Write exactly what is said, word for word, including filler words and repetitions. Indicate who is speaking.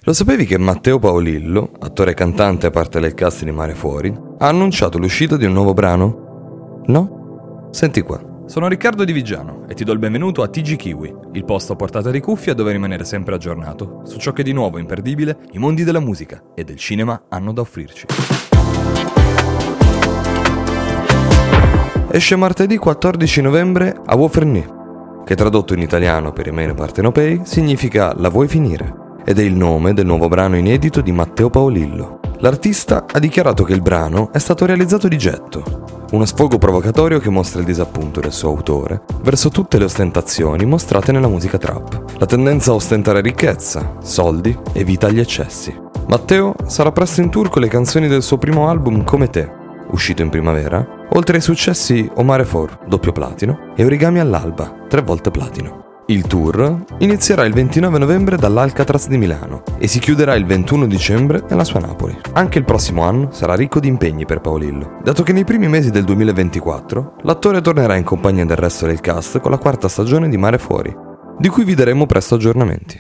Speaker 1: Lo sapevi che Matteo Paolillo, attore e cantante a parte del cast di Mare Fuori, ha annunciato l'uscita di un nuovo brano? No? Senti qua.
Speaker 2: Sono Riccardo Di Vigiano e ti do il benvenuto a T G Kiwi, il posto a portata di cuffia dove rimanere sempre aggiornato su ciò che di nuovo e imperdibile i mondi della musica e del cinema hanno da offrirci.
Speaker 1: Esce martedì quattordici novembre A Wofrni, che tradotto in italiano per i meno partenopei significa La vuoi finire, ed è il nome del nuovo brano inedito di Matteo Paolillo. L'artista ha dichiarato che il brano è stato realizzato di getto, uno sfogo provocatorio che mostra il disappunto del suo autore verso tutte le ostentazioni mostrate nella musica trap, la tendenza a ostentare ricchezza, soldi e vita agli eccessi. Matteo sarà presto in tour con le canzoni del suo primo album Come Te, uscito in primavera, oltre ai successi O Mare For, doppio platino, e Origami all'alba, tre volte platino. Il tour inizierà il ventinove novembre dall'Alcatraz di Milano e si chiuderà il ventuno dicembre nella sua Napoli. Anche il prossimo anno sarà ricco di impegni per Paolillo, dato che nei primi mesi del duemilaventiquattro l'attore tornerà in compagnia del resto del cast con la quarta stagione di Mare Fuori, di cui vi daremo presto aggiornamenti.